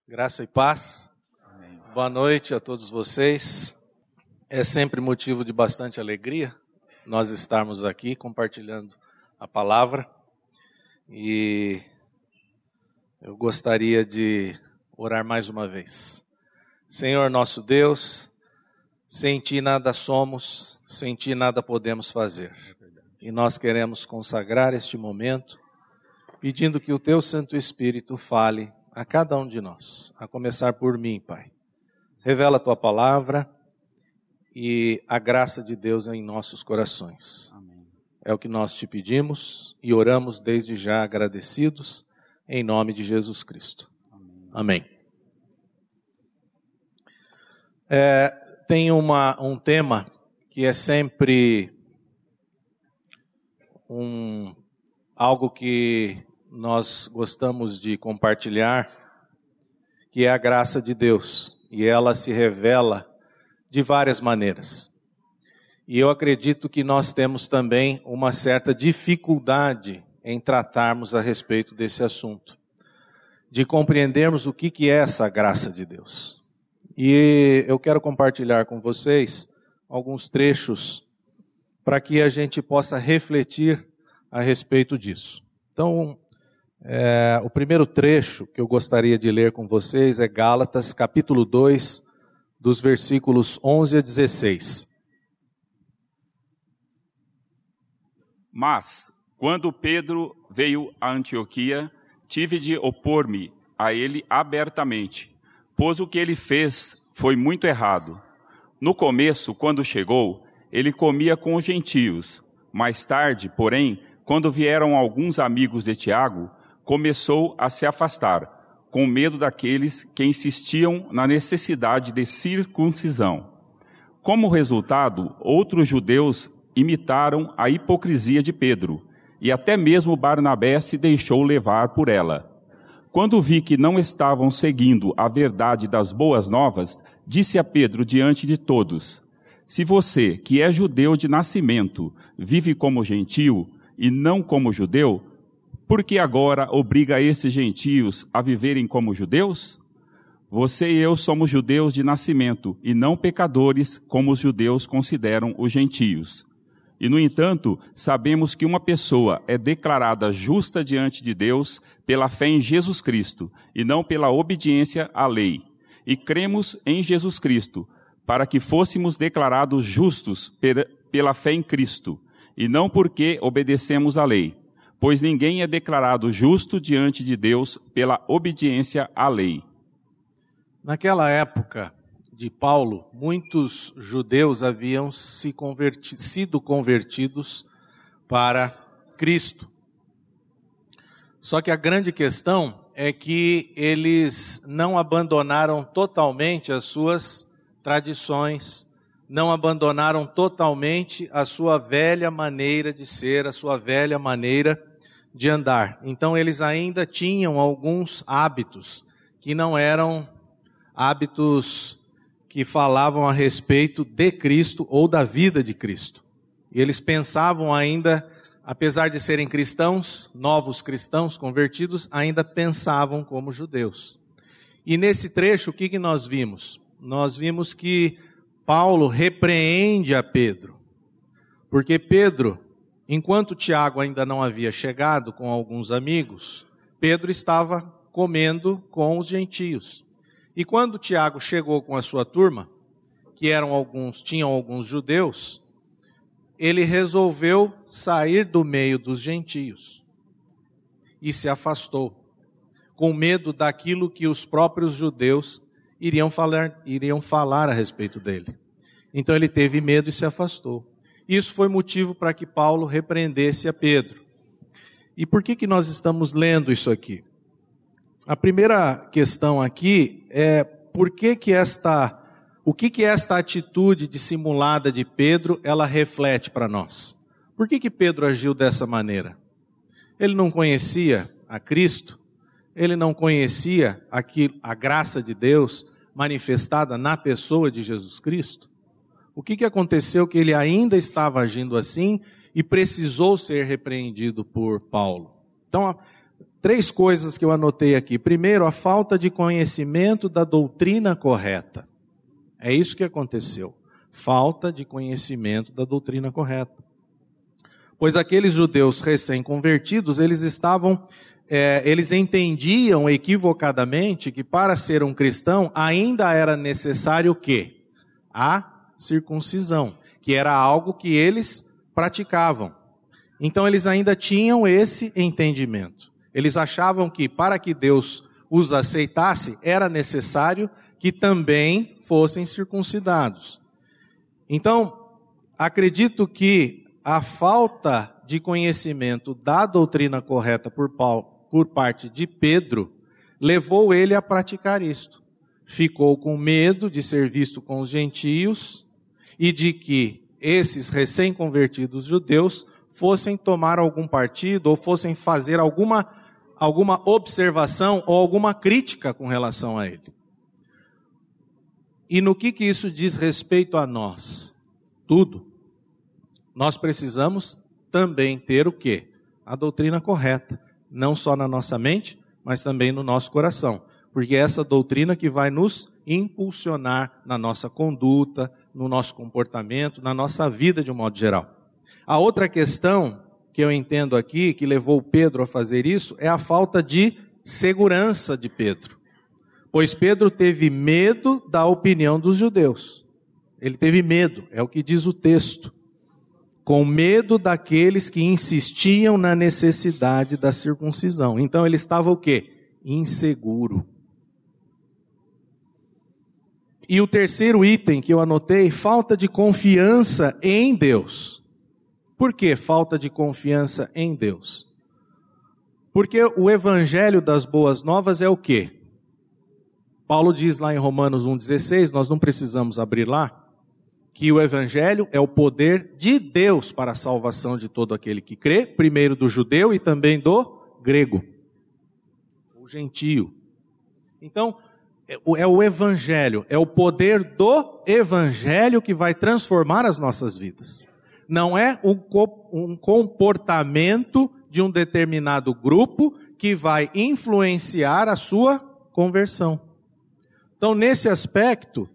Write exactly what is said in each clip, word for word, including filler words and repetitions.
Graça e paz. Amém. Boa noite a todos vocês. É sempre motivo de bastante alegria nós estarmos aqui compartilhando a palavra. E eu gostaria de orar mais uma vez. Senhor nosso Deus, sem Ti nada somos, sem Ti nada podemos fazer. E nós queremos consagrar este momento, pedindo que o Teu Santo Espírito fale a cada um de nós, a começar por mim, Pai. Revela a Tua palavra e a graça de Deus em nossos corações. Amém. É o que nós Te pedimos e oramos desde já agradecidos, em nome de Jesus Cristo. Amém. Amém. É, tem uma, um tema que é sempre um, algo que nós gostamos de compartilhar, que é a graça de Deus, e ela se revela de várias maneiras. E eu acredito que nós temos também uma certa dificuldade em tratarmos a respeito desse assunto, de compreendermos o que, que é essa graça de Deus. E eu quero compartilhar com vocês alguns trechos para que a gente possa refletir a respeito disso. Então, É, o primeiro trecho que eu gostaria de ler com vocês é Gálatas, capítulo dois, dos versículos onze a dezesseis. Mas, quando Pedro veio a Antioquia, tive de opor-me a ele abertamente, pois o que ele fez foi muito errado. No começo, quando chegou, ele comia com os gentios. Mais tarde, porém, quando vieram alguns amigos de Tiago, começou a se afastar, com medo daqueles que insistiam na necessidade de circuncisão. Como resultado, outros judeus imitaram a hipocrisia de Pedro, e até mesmo Barnabé se deixou levar por ela. Quando vi que não estavam seguindo a verdade das boas novas, disse a Pedro diante de todos: se você, que é judeu de nascimento, vive como gentio e não como judeu, por que agora obriga esses gentios a viverem como judeus? Você e eu somos judeus de nascimento, e não pecadores, como os judeus consideram os gentios. E, no entanto, sabemos que uma pessoa é declarada justa diante de Deus pela fé em Jesus Cristo, e não pela obediência à lei. E cremos em Jesus Cristo, para que fôssemos declarados justos pela fé em Cristo, e não porque obedecemos à lei. Pois ninguém é declarado justo diante de Deus pela obediência à lei. Naquela época de Paulo, muitos judeus haviam se converti- sido convertidos para Cristo. Só que a grande questão é que eles não abandonaram totalmente as suas tradições, não abandonaram totalmente a sua velha maneira de ser, a sua velha maneira de andar. Então eles ainda tinham alguns hábitos que não eram hábitos que falavam a respeito de Cristo ou da vida de Cristo. E eles pensavam ainda, apesar de serem cristãos, novos cristãos convertidos, ainda pensavam como judeus. E nesse trecho, o que, que nós vimos? Nós vimos que Paulo repreende a Pedro, porque Pedro, enquanto Tiago ainda não havia chegado com alguns amigos, Pedro estava comendo com os gentios. E quando Tiago chegou com a sua turma, que eram alguns, tinham alguns judeus, ele resolveu sair do meio dos gentios e se afastou, com medo daquilo que os próprios judeus iriam falar, iriam falar a respeito dele. Então ele teve medo e se afastou. Isso foi motivo para que Paulo repreendesse a Pedro. E por que que nós estamos lendo isso aqui? A primeira questão aqui é por que que esta, o que que esta atitude dissimulada de Pedro, ela reflete para nós? Por que que Pedro agiu dessa maneira? Ele não conhecia a Cristo? Ele não conhecia aqui, a graça de Deus manifestada na pessoa de Jesus Cristo? O que que aconteceu que ele ainda estava agindo assim e precisou ser repreendido por Paulo? Então, três coisas que eu anotei aqui. Primeiro, a falta de conhecimento da doutrina correta. É isso que aconteceu. Falta de conhecimento da doutrina correta. Pois aqueles judeus recém-convertidos, eles estavam, é, eles entendiam equivocadamente que para ser um cristão ainda era necessário o quê? A circuncisão, que era algo que eles praticavam. Então eles ainda tinham esse entendimento. Eles achavam que para que Deus os aceitasse, era necessário que também fossem circuncidados. Então, acredito que a falta de conhecimento da doutrina correta por, Paulo, por parte de Pedro levou ele a praticar isto. Ficou com medo de ser visto com os gentios e de que esses recém-convertidos judeus fossem tomar algum partido ou fossem fazer alguma, alguma observação ou alguma crítica com relação a ele. E no que, que isso diz respeito a nós? Tudo. Nós precisamos também ter o quê? A doutrina correta. Não só na nossa mente, mas também no nosso coração. Porque é essa doutrina que vai nos impulsionar na nossa conduta, no nosso comportamento, na nossa vida de um modo geral. A outra questão que eu entendo aqui, que levou Pedro a fazer isso, é a falta de segurança de Pedro. Pois Pedro teve medo da opinião dos judeus. Ele teve medo, é o que diz o texto. Com medo daqueles que insistiam na necessidade da circuncisão. Então ele estava o quê? Inseguro. E o terceiro item que eu anotei, falta de confiança em Deus. Por que falta de confiança em Deus? Porque o evangelho das boas novas é o quê? Paulo diz lá em Romanos um dezesseis, nós não precisamos abrir lá, que o evangelho é o poder de Deus para a salvação de todo aquele que crê, primeiro do judeu e também do grego, o gentio. Então, é o evangelho, é o poder do evangelho que vai transformar as nossas vidas. Não é um comportamento de um determinado grupo que vai influenciar a sua conversão. Então, nesse aspecto,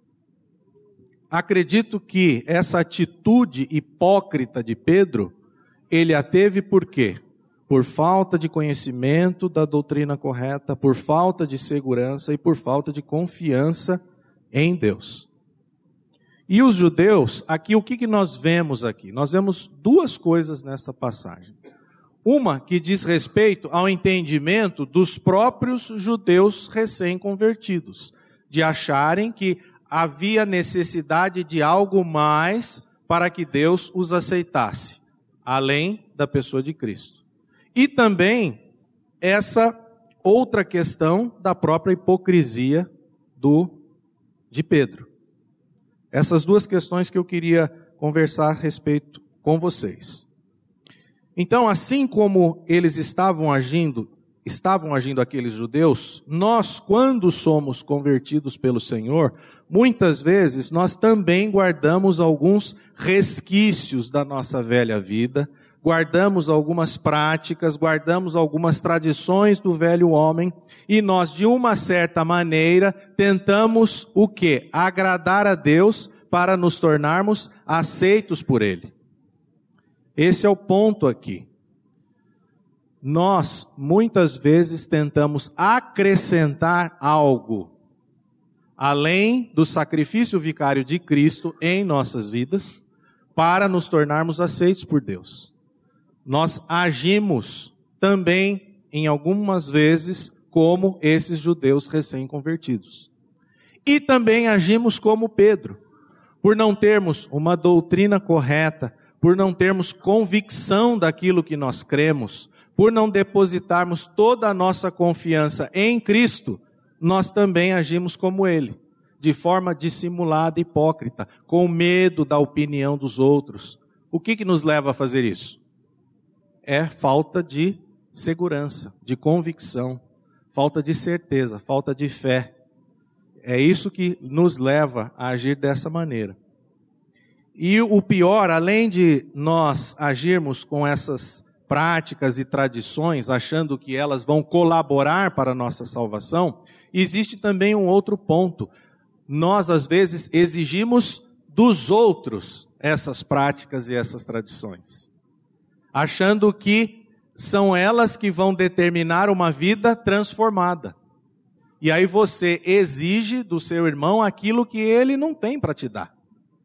acredito que essa atitude hipócrita de Pedro, ele a teve por quê? Por falta de conhecimento da doutrina correta, por falta de segurança e por falta de confiança em Deus. E os judeus, aqui o que, que nós vemos aqui? Nós vemos duas coisas nessa passagem. Uma que diz respeito ao entendimento dos próprios judeus recém-convertidos, de acharem que havia necessidade de algo mais para que Deus os aceitasse, além da pessoa de Cristo. E também essa outra questão da própria hipocrisia do, de Pedro. Essas duas questões que eu queria conversar a respeito com vocês. Então, assim como eles estavam agindo, estavam agindo aqueles judeus, nós, quando somos convertidos pelo Senhor, muitas vezes nós também guardamos alguns resquícios da nossa velha vida, guardamos algumas práticas, guardamos algumas tradições do velho homem, e nós, de uma certa maneira, tentamos o quê? Agradar a Deus para nos tornarmos aceitos por Ele. Esse é o ponto aqui. Nós, muitas vezes, tentamos acrescentar algo, além do sacrifício vicário de Cristo em nossas vidas, para nos tornarmos aceitos por Deus. Nós agimos também, em algumas vezes, como esses judeus recém-convertidos. E também agimos como Pedro, por não termos uma doutrina correta, por não termos convicção daquilo que nós cremos, por não depositarmos toda a nossa confiança em Cristo, nós também agimos como Ele, de forma dissimulada e hipócrita, com medo da opinião dos outros. O que que nos leva a fazer isso? É falta de segurança, de convicção, falta de certeza, falta de fé. É isso que nos leva a agir dessa maneira. E o pior, além de nós agirmos com essas práticas e tradições, achando que elas vão colaborar para a nossa salvação, existe também um outro ponto. Nós, às vezes, exigimos dos outros essas práticas e essas tradições, achando que são elas que vão determinar uma vida transformada. E aí você exige do seu irmão aquilo que ele não tem para te dar.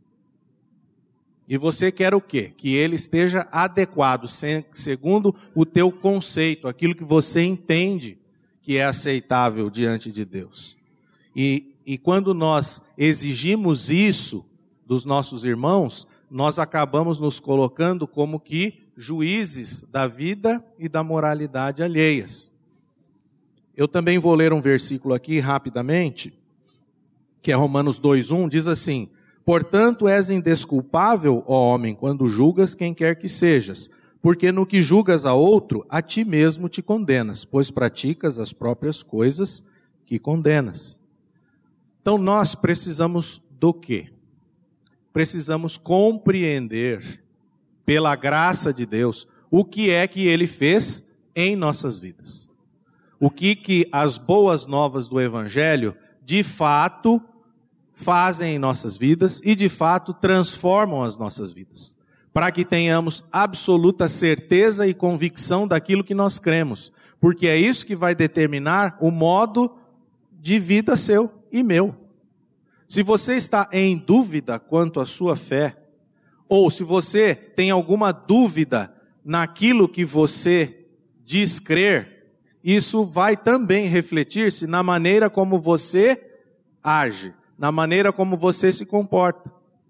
E você quer o quê? Que ele esteja adequado, segundo o teu conceito, aquilo que você entende que é aceitável diante de Deus. E, e quando nós exigimos isso dos nossos irmãos, nós acabamos nos colocando como que juízes da vida e da moralidade alheias. Eu também vou ler um versículo aqui rapidamente, que é Romanos dois, um, diz assim: portanto és indesculpável, ó homem, quando julgas quem quer que sejas, porque no que julgas a outro, a ti mesmo te condenas, pois praticas as próprias coisas que condenas. Então nós precisamos do quê? Precisamos compreender, pela graça de Deus, o que é que Ele fez em nossas vidas. O que que as boas novas do Evangelho, de fato, fazem em nossas vidas e, de fato, transformam as nossas vidas. Para que tenhamos absoluta certeza e convicção daquilo que nós cremos. Porque é isso que vai determinar o modo de vida seu e meu. Se você está em dúvida quanto à sua fé, ou se você tem alguma dúvida naquilo que você diz crer, isso vai também refletir-se na maneira como você age, na maneira como você se comporta.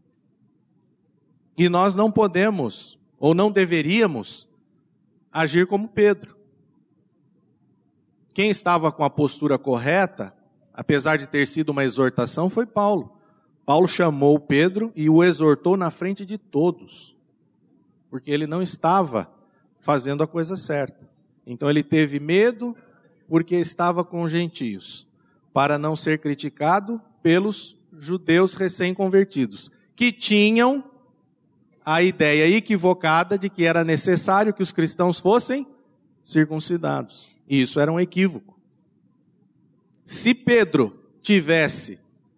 E nós não podemos, ou não deveríamos, agir como Pedro. Quem estava com a postura correta, apesar de ter sido uma exortação, foi Paulo. Paulo chamou Pedro e o exortou na frente de todos, porque ele não estava fazendo a coisa certa. Então ele teve medo porque estava com gentios, para não ser criticado pelos judeus recém-convertidos, que tinham a ideia equivocada de que era necessário que os cristãos fossem circuncidados. E isso era um equívoco. Se Pedro tivesse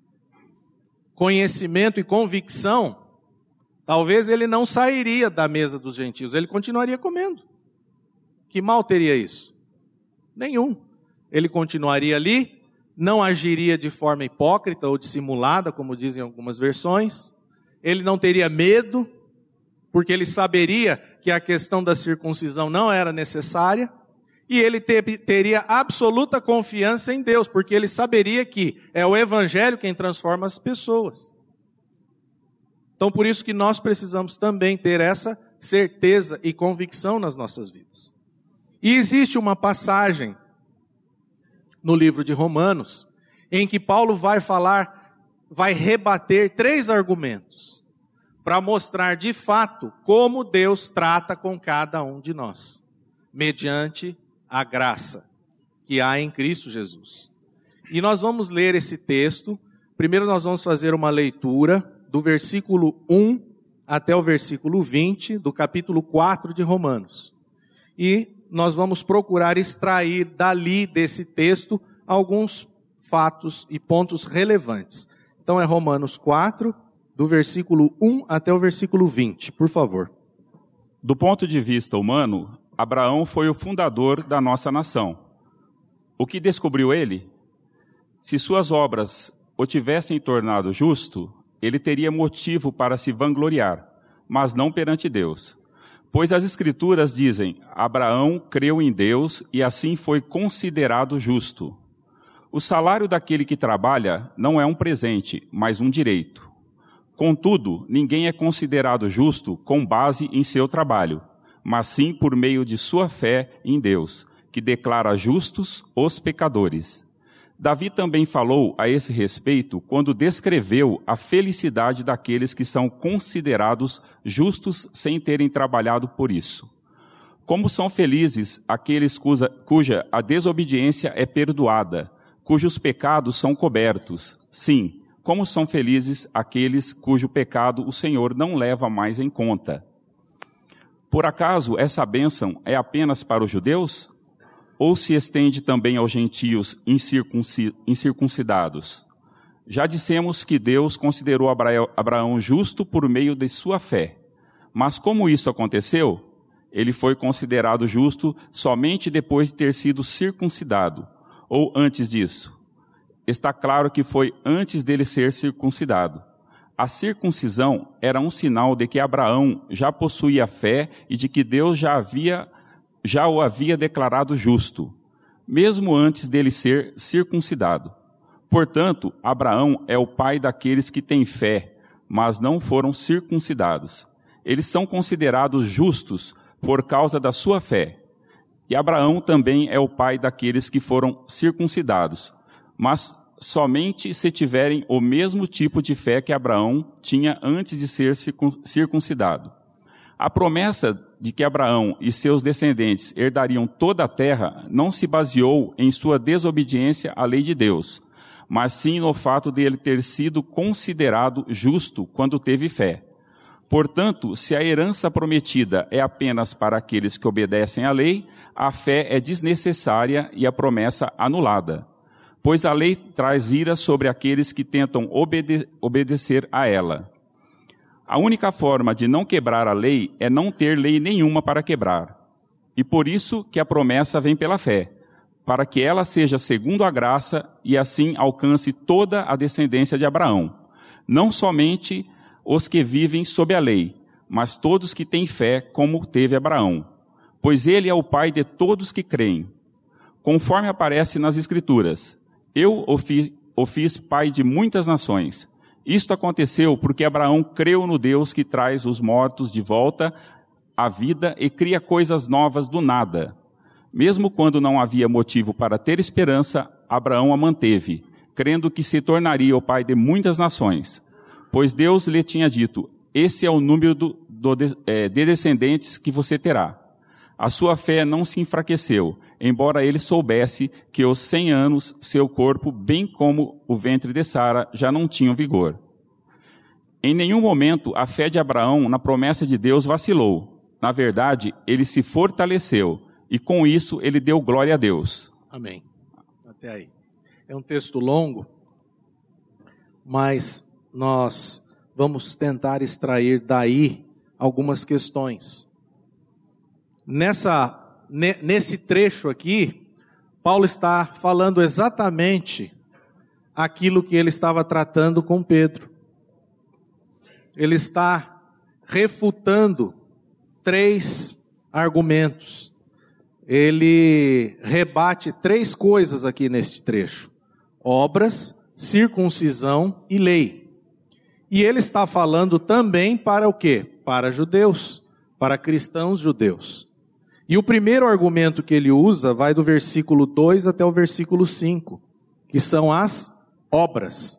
conhecimento e convicção, talvez ele não sairia da mesa dos gentios, ele continuaria comendo. Que mal teria isso? Nenhum. Ele continuaria ali, não agiria de forma hipócrita ou dissimulada, como dizem algumas versões. Ele não teria medo, porque ele saberia que a questão da circuncisão não era necessária. E ele te, teria absoluta confiança em Deus, porque ele saberia que é o Evangelho quem transforma as pessoas. Então, por isso que nós precisamos também ter essa certeza e convicção nas nossas vidas. E existe uma passagem no livro de Romanos, em que Paulo vai falar, vai rebater três argumentos, para mostrar de fato como Deus trata com cada um de nós, mediante a graça que há em Cristo Jesus. E nós vamos ler esse texto. Primeiro nós vamos fazer uma leitura do versículo um até o versículo vinte, do capítulo quatro de Romanos. E nós vamos procurar extrair dali, desse texto, alguns fatos e pontos relevantes. Então é Romanos quatro, do versículo um até o versículo vinte, por favor. Do ponto de vista humano, Abraão foi o fundador da nossa nação. O que descobriu ele? Se suas obras o tivessem tornado justo, ele teria motivo para se vangloriar, mas não perante Deus. Pois as Escrituras dizem, Abraão creu em Deus e assim foi considerado justo. O salário daquele que trabalha não é um presente, mas um direito. Contudo, ninguém é considerado justo com base em seu trabalho, mas sim por meio de sua fé em Deus, que declara justos os pecadores. Davi também falou a esse respeito quando descreveu a felicidade daqueles que são considerados justos sem terem trabalhado por isso. Como são felizes aqueles cuja, cuja a desobediência é perdoada, cujos pecados são cobertos. Sim, como são felizes aqueles cujo pecado o Senhor não leva mais em conta. Por acaso essa bênção é apenas para os judeus? Ou se estende também aos gentios incircuncidados? Já dissemos que Deus considerou Abraão justo por meio de sua fé. Mas como isso aconteceu? Ele foi considerado justo somente depois de ter sido circuncidado, ou antes disso? Está claro que foi antes dele ser circuncidado. A circuncisão era um sinal de que Abraão já possuía fé e de que Deus já havia, já o havia declarado justo, mesmo antes dele ser circuncidado. Portanto, Abraão é o pai daqueles que têm fé, mas não foram circuncidados. Eles são considerados justos por causa da sua fé. E Abraão também é o pai daqueles que foram circuncidados, mas somente se tiverem o mesmo tipo de fé que Abraão tinha antes de ser circuncidado. A promessa de que Abraão e seus descendentes herdariam toda a terra não se baseou em sua desobediência à lei de Deus, mas sim no fato de ele ter sido considerado justo quando teve fé. Portanto, se a herança prometida é apenas para aqueles que obedecem à lei, a fé é desnecessária e a promessa anulada, pois a lei traz ira sobre aqueles que tentam obede- obedecer a ela. A única forma de não quebrar a lei é não ter lei nenhuma para quebrar. E por isso que a promessa vem pela fé, para que ela seja segundo a graça e assim alcance toda a descendência de Abraão. Não somente os que vivem sob a lei, mas todos que têm fé como teve Abraão. Pois ele é o pai de todos que creem. Conforme aparece nas Escrituras, eu o, fi, o fiz pai de muitas nações. Isto aconteceu porque Abraão creu no Deus que traz os mortos de volta à vida e cria coisas novas do nada. Mesmo quando não havia motivo para ter esperança, Abraão a manteve, crendo que se tornaria o pai de muitas nações. Pois Deus lhe tinha dito, esse é o número do, do, é, de descendentes que você terá. A sua fé não se enfraqueceu, embora ele soubesse que aos cem anos seu corpo, bem como o ventre de Sara, já não tinham vigor. Em nenhum momento a fé de Abraão na promessa de Deus vacilou. Na verdade, ele se fortaleceu, e com isso ele deu glória a Deus. Amém. Até aí. É um texto longo, mas nós vamos tentar extrair daí algumas questões. Nessa, nesse trecho aqui, Paulo está falando exatamente aquilo que ele estava tratando com Pedro. Ele está refutando três argumentos. Ele rebate três coisas aqui neste trecho: obras, circuncisão e lei. E ele está falando também para o quê? Para judeus, para cristãos judeus. E o primeiro argumento que ele usa vai do versículo dois até o versículo cinco, que são as obras.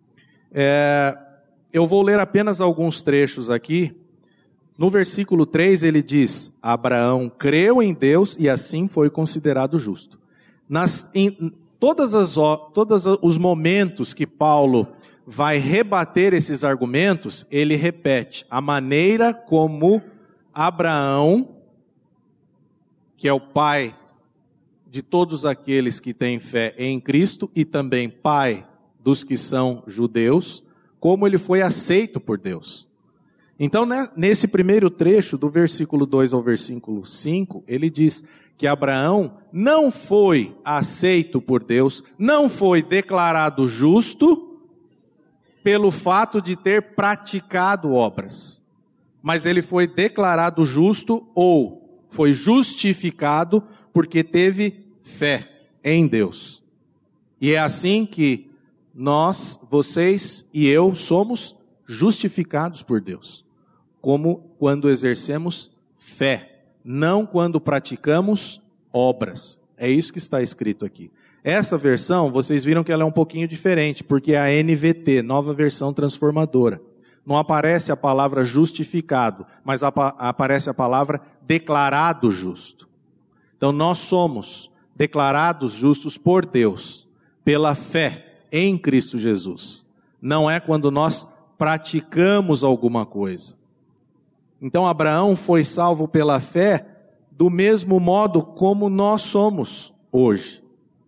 É, eu vou ler apenas alguns trechos aqui. No versículo três ele diz, Abraão creu em Deus e assim foi considerado justo. Nas, em todas as, todos os momentos que Paulo vai rebater esses argumentos, ele repete a maneira como Abraão, que é o pai de todos aqueles que têm fé em Cristo e também pai dos que são judeus, como ele foi aceito por Deus. Então, né, nesse primeiro trecho, do versículo dois ao versículo cinco, ele diz que Abraão não foi aceito por Deus, não foi declarado justo pelo fato de ter praticado obras, mas ele foi declarado justo ou foi justificado porque teve fé em Deus. E é assim que nós, vocês e eu somos justificados por Deus, como quando exercemos fé, não quando praticamos obras. É isso que está escrito aqui. Essa versão, vocês viram que ela é um pouquinho diferente, porque é a N V T, Nova Versão Transformadora. Não aparece a palavra justificado, mas aparece a palavra declarado justo. Então nós somos declarados justos por Deus, pela fé em Cristo Jesus. Não é quando nós praticamos alguma coisa. Então Abraão foi salvo pela fé do mesmo modo como nós somos hoje.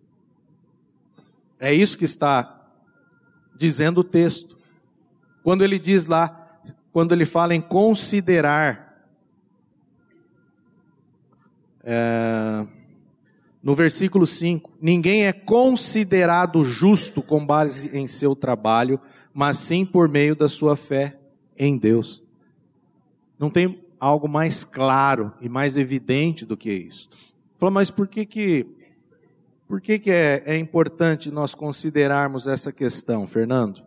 É isso que está dizendo o texto. Quando ele diz lá, quando ele fala em considerar, é, no versículo cinco, ninguém é considerado justo com base em seu trabalho, mas sim por meio da sua fé em Deus. Não tem algo mais claro e mais evidente do que isso. Fala, mas por que que, por que, que é, é importante nós considerarmos essa questão, Fernando?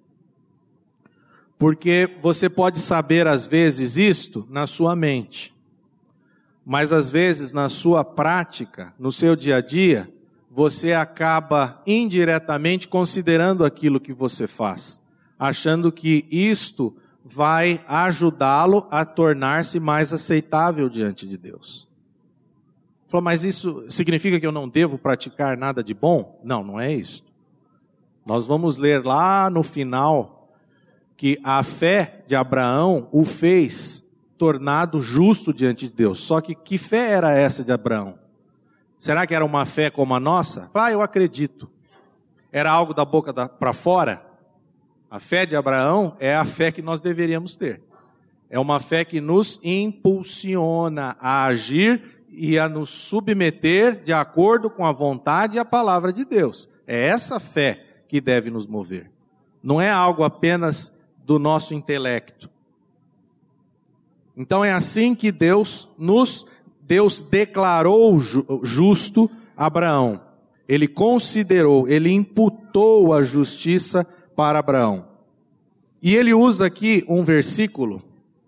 Porque você pode saber às vezes isto na sua mente, mas às vezes na sua prática, no seu dia a dia, você acaba indiretamente considerando aquilo que você faz, achando que isto vai ajudá-lo a tornar-se mais aceitável diante de Deus. Falou, mas isso significa que eu não devo praticar nada de bom? Não, não é isso. Nós vamos ler lá no final que a fé de Abraão o fez tornado justo diante de Deus. Só que que fé era essa de Abraão? Será que era uma fé como a nossa? Ah, eu acredito. Era algo da boca para fora? A fé de Abraão é a fé que nós deveríamos ter. É uma fé que nos impulsiona a agir e a nos submeter de acordo com a vontade e a palavra de Deus. É essa fé que deve nos mover. Não é algo apenas do nosso intelecto. Então é assim que Deus nos, Deus declarou justo Abraão. Ele considerou, ele imputou a justiça para Abraão. E ele usa aqui um versículo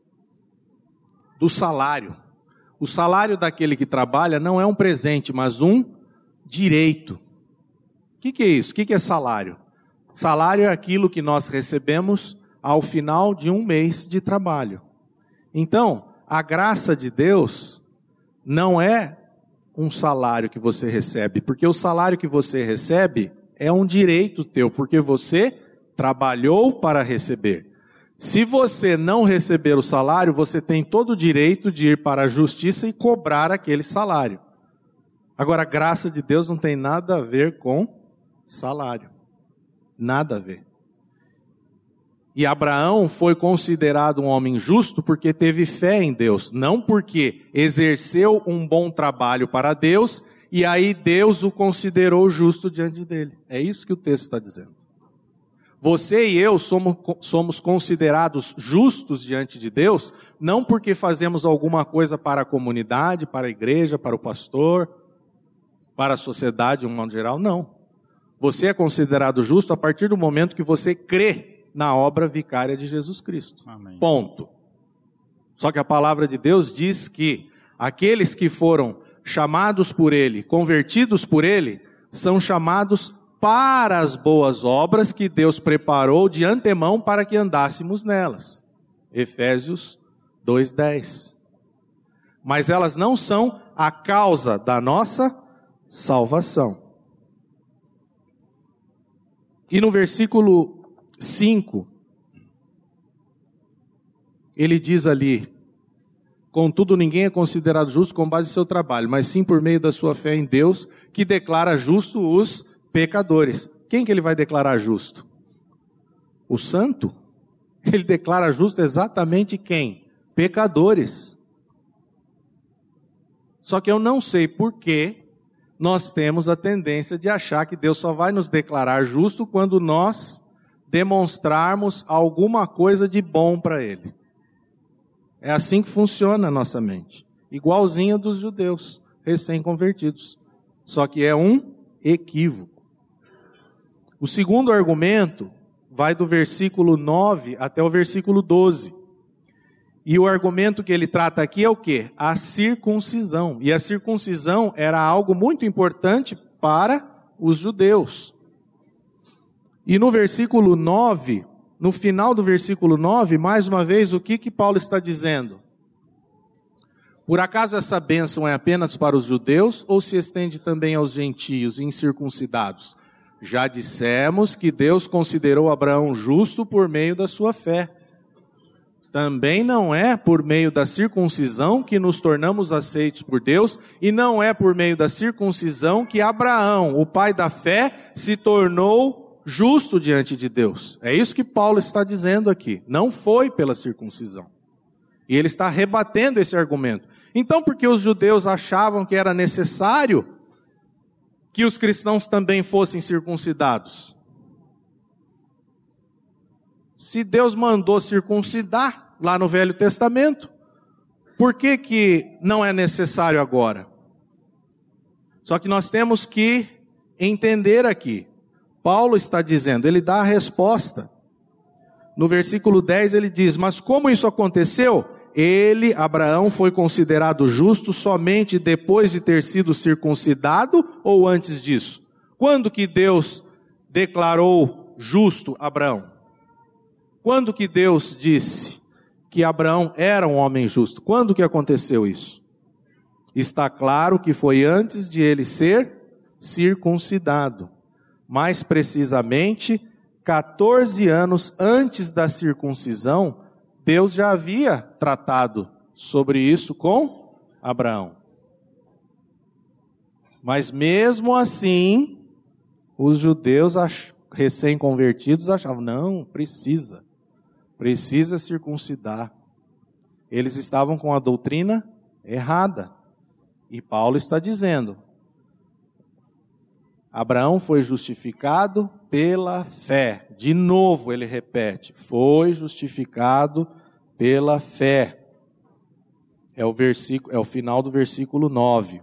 do salário. O salário daquele que trabalha não é um presente, mas um direito. O que, que é isso? O que, que é salário? Salário é aquilo que nós recebemos ao final de um mês de trabalho. Então, a graça de Deus não é um salário que você recebe, porque o salário que você recebe é um direito teu, porque você trabalhou para receber. Se você não receber o salário, você tem todo o direito de ir para a justiça e cobrar aquele salário. Agora, a graça de Deus não tem nada a ver com salário. Nada a ver. E Abraão foi considerado um homem justo porque teve fé em Deus, não porque exerceu um bom trabalho para Deus e aí Deus o considerou justo diante dele. É isso que o texto está dizendo. Você e eu somos, somos considerados justos diante de Deus, não porque fazemos alguma coisa para a comunidade, para a igreja, para o pastor, para a sociedade de um modo geral, não. Você é considerado justo a partir do momento que você crê na obra vicária de Jesus Cristo. Amém. Ponto. Só que a palavra de Deus diz que aqueles que foram chamados por Ele, convertidos por Ele, são chamados para as boas obras que Deus preparou de antemão para que andássemos nelas. Efésios dois, dez. Mas elas não são a causa da nossa salvação. E no versículo cinco, ele diz ali: contudo, ninguém é considerado justo com base em seu trabalho, mas sim por meio da sua fé em Deus, que declara justo os pecadores. Quem que ele vai declarar justo? O santo? Ele declara justo exatamente quem? Pecadores. Só que eu não sei por que nós temos a tendência de achar que Deus só vai nos declarar justo quando nós demonstrarmos alguma coisa de bom para Ele. É assim que funciona a nossa mente. Igualzinha dos judeus recém-convertidos. Só que é um equívoco. O segundo argumento vai do versículo nove até o versículo doze. E o argumento que ele trata aqui é o quê? A circuncisão. E a circuncisão era algo muito importante para os judeus. E no versículo nove, no final do versículo nove, mais uma vez, o que que Paulo está dizendo? Por acaso essa bênção é apenas para os judeus ou se estende também aos gentios incircuncidados? Já dissemos que Deus considerou Abraão justo por meio da sua fé. Também não é por meio da circuncisão que nos tornamos aceitos por Deus, e não é por meio da circuncisão que Abraão, o pai da fé, se tornou justo diante de Deus. É isso que Paulo está dizendo aqui. Não foi pela circuncisão. E ele está rebatendo esse argumento. Então, porque os judeus achavam que era necessário que os cristãos também fossem circuncidados? Se Deus mandou circuncidar lá no Velho Testamento, por que que não é necessário agora? Só que nós temos que entender aqui. Paulo está dizendo, ele dá a resposta. No versículo dez ele diz, mas como isso aconteceu? Ele, Abraão, foi considerado justo somente depois de ter sido circuncidado ou antes disso? Quando que Deus declarou justo Abraão? Quando que Deus disse que Abraão era um homem justo? Quando que aconteceu isso? Está claro que foi antes de ele ser circuncidado. Mais precisamente, quatorze anos antes da circuncisão, Deus já havia tratado sobre isso com Abraão. Mas mesmo assim, os judeus recém-convertidos achavam, não, precisa. Precisa circuncidar. Eles estavam com a doutrina errada. E Paulo está dizendo, Abraão foi justificado pela fé. De novo ele repete, foi justificado pela fé. É o versículo, é o final do versículo nove.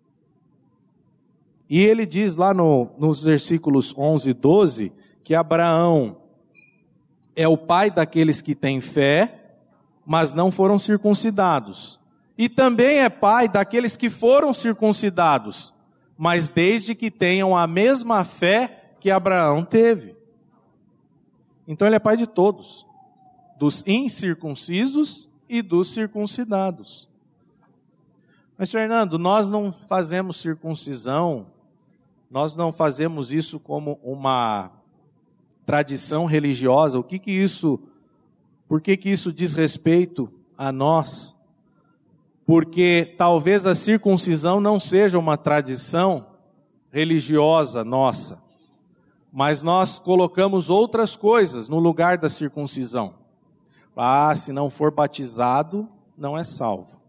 E ele diz lá no, nos versículos onze e doze, que Abraão é o pai daqueles que têm fé, mas não foram circuncidados. E também é pai daqueles que foram circuncidados, mas desde que tenham a mesma fé que Abraão teve. Então ele é pai de todos, dos incircuncisos e dos circuncidados. Mas Fernando, nós não fazemos circuncisão, nós não fazemos isso como uma tradição religiosa. O que que isso, por que que isso diz respeito a nós? Porque talvez a circuncisão não seja uma tradição religiosa nossa, mas nós colocamos outras coisas no lugar da circuncisão. Ah, se não for batizado, não é salvo.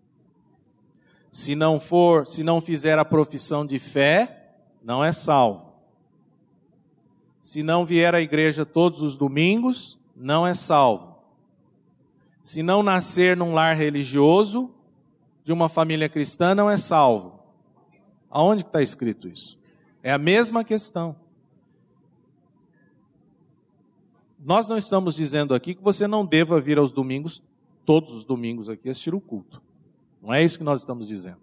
Se não for, se não fizer a profissão de fé, não é salvo. Se não vier à igreja todos os domingos, não é salvo. Se não nascer num lar religioso, de uma família cristã, não é salvo. Aonde que está escrito isso? É a mesma questão. Nós não estamos dizendo aqui que você não deva vir aos domingos, todos os domingos aqui, assistir o culto. Não é isso que nós estamos dizendo.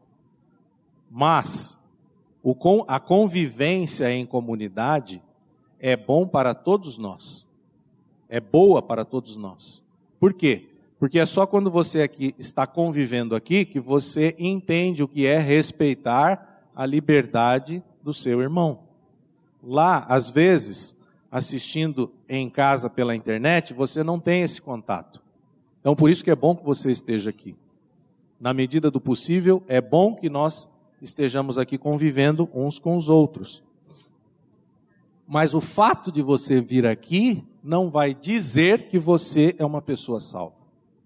Mas, o, a convivência em comunidade é bom para todos nós. É boa para todos nós. Por quê? Porque é só quando você aqui está convivendo aqui que você entende o que é respeitar a liberdade do seu irmão. Lá, às vezes, assistindo em casa pela internet, você não tem esse contato. Então, por isso que é bom que você esteja aqui. Na medida do possível, é bom que nós estejamos aqui convivendo uns com os outros. Mas o fato de você vir aqui não vai dizer que você é uma pessoa salva.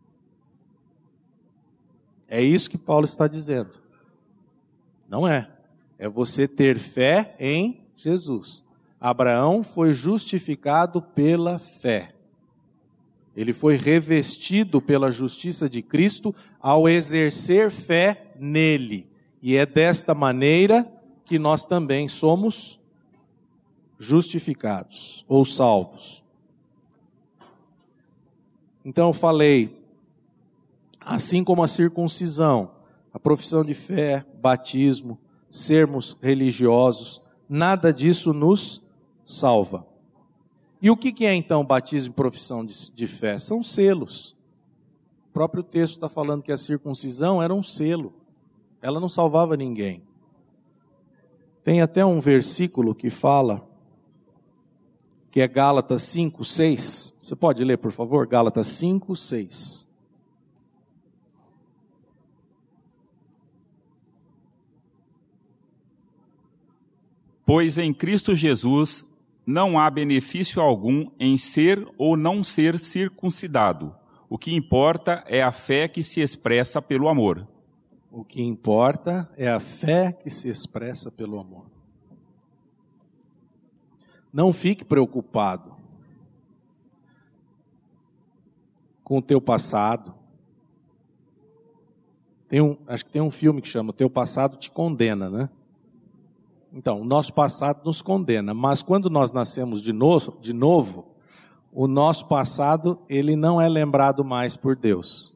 É isso que Paulo está dizendo. Não é. É você ter fé em Jesus. Abraão foi justificado pela fé. Ele foi revestido pela justiça de Cristo ao exercer fé nele. E é desta maneira que nós também somos justificados ou salvos. Então eu falei, assim como a circuncisão, a profissão de fé, batismo, sermos religiosos, nada disso nos salva. E o que é então batismo e profissão de, de fé? São selos. O próprio texto está falando que a circuncisão era um selo. Ela não salvava ninguém. Tem até um versículo que fala que é Gálatas cinco, seis. Você pode ler, por favor? Gálatas cinco, seis. Pois em Cristo Jesus não há benefício algum em ser ou não ser circuncidado. O que importa é a fé que se expressa pelo amor. O que importa é a fé que se expressa pelo amor. Não fique preocupado com o teu passado. Tem um, acho que tem um filme que chama O Teu Passado Te Condena, né? Então, o nosso passado nos condena, mas quando nós nascemos de novo, de novo, o nosso passado, ele não é lembrado mais por Deus.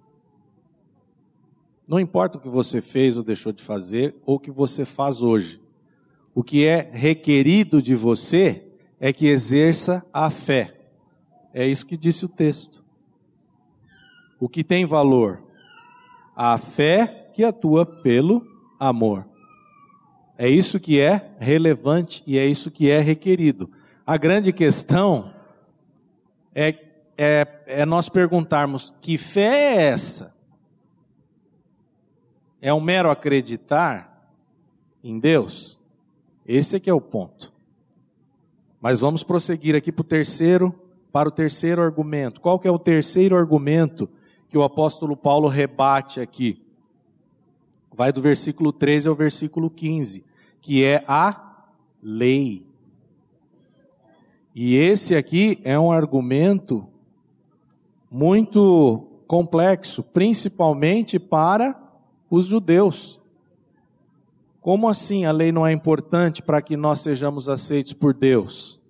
Não importa o que você fez ou deixou de fazer, ou o que você faz hoje. O que é requerido de você é que exerça a fé. É isso que disse o texto. O que tem valor? A fé que atua pelo amor. É isso que é relevante e é isso que é requerido. A grande questão é, é, é nós perguntarmos, que fé é essa? É um mero acreditar em Deus? Esse é que é o ponto. Mas vamos prosseguir aqui para o terceiro, para o terceiro argumento. Qual que é o terceiro argumento que o apóstolo Paulo rebate aqui? Vai do versículo treze ao versículo quinze, que é a lei. E esse aqui é um argumento muito complexo, principalmente para os judeus. Como assim a lei não é importante para que nós sejamos aceitos por Deus?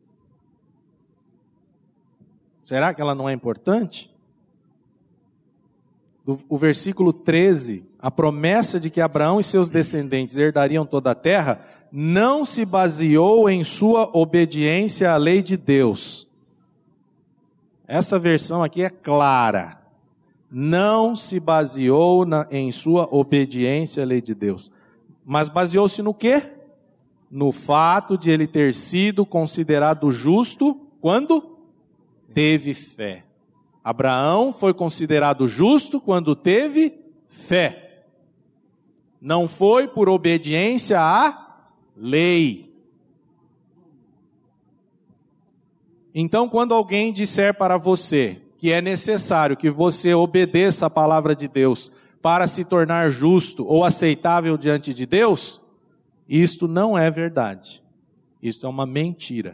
Será que ela não é importante? O versículo treze, a promessa de que Abraão e seus descendentes herdariam toda a terra, não se baseou em sua obediência à lei de Deus. Essa versão aqui é clara. Não se baseou na, em sua obediência à lei de Deus. Mas baseou-se no quê? No fato de ele ter sido considerado justo quando teve fé. Abraão foi considerado justo quando teve fé. Não foi por obediência à lei. Então, quando alguém disser para você que é necessário que você obedeça a palavra de Deus para se tornar justo ou aceitável diante de Deus, isto não é verdade. Isto é uma mentira.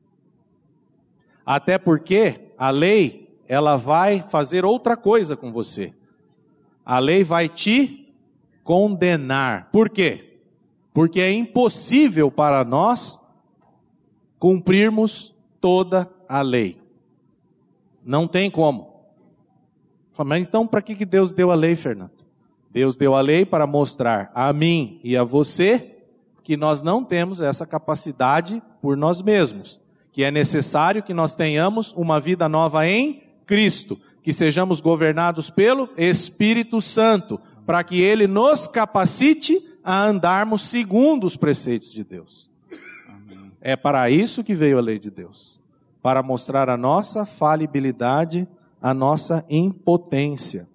Até porque a lei, ela vai fazer outra coisa com você. A lei vai te condenar. Por quê? Porque é impossível para nós cumprirmos toda a lei. Não tem como. Mas então para que Deus deu a lei, Fernando? Deus deu a lei para mostrar a mim e a você que nós não temos essa capacidade por nós mesmos. Que é necessário que nós tenhamos uma vida nova em Cristo, que sejamos governados pelo Espírito Santo, para que Ele nos capacite a andarmos segundo os preceitos de Deus. Amém. É para isso que veio a lei de Deus, para mostrar a nossa falibilidade, a nossa impotência.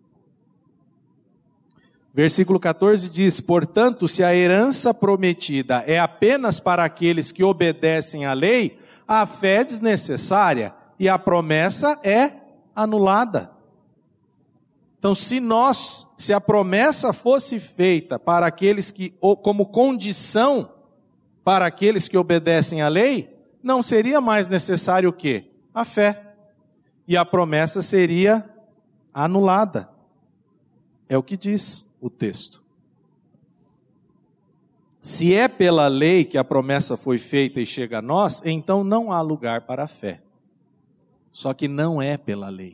Versículo quatorze diz: portanto, se a herança prometida é apenas para aqueles que obedecem à lei, a fé é desnecessária e a promessa é anulada. Então, se nós, se a promessa fosse feita para aqueles que, ou como condição para aqueles que obedecem à lei, não seria mais necessário o quê? A fé. E a promessa seria anulada. É o que diz o texto. Se é pela lei que a promessa foi feita e chega a nós, então não há lugar para a fé. Só que não é pela lei.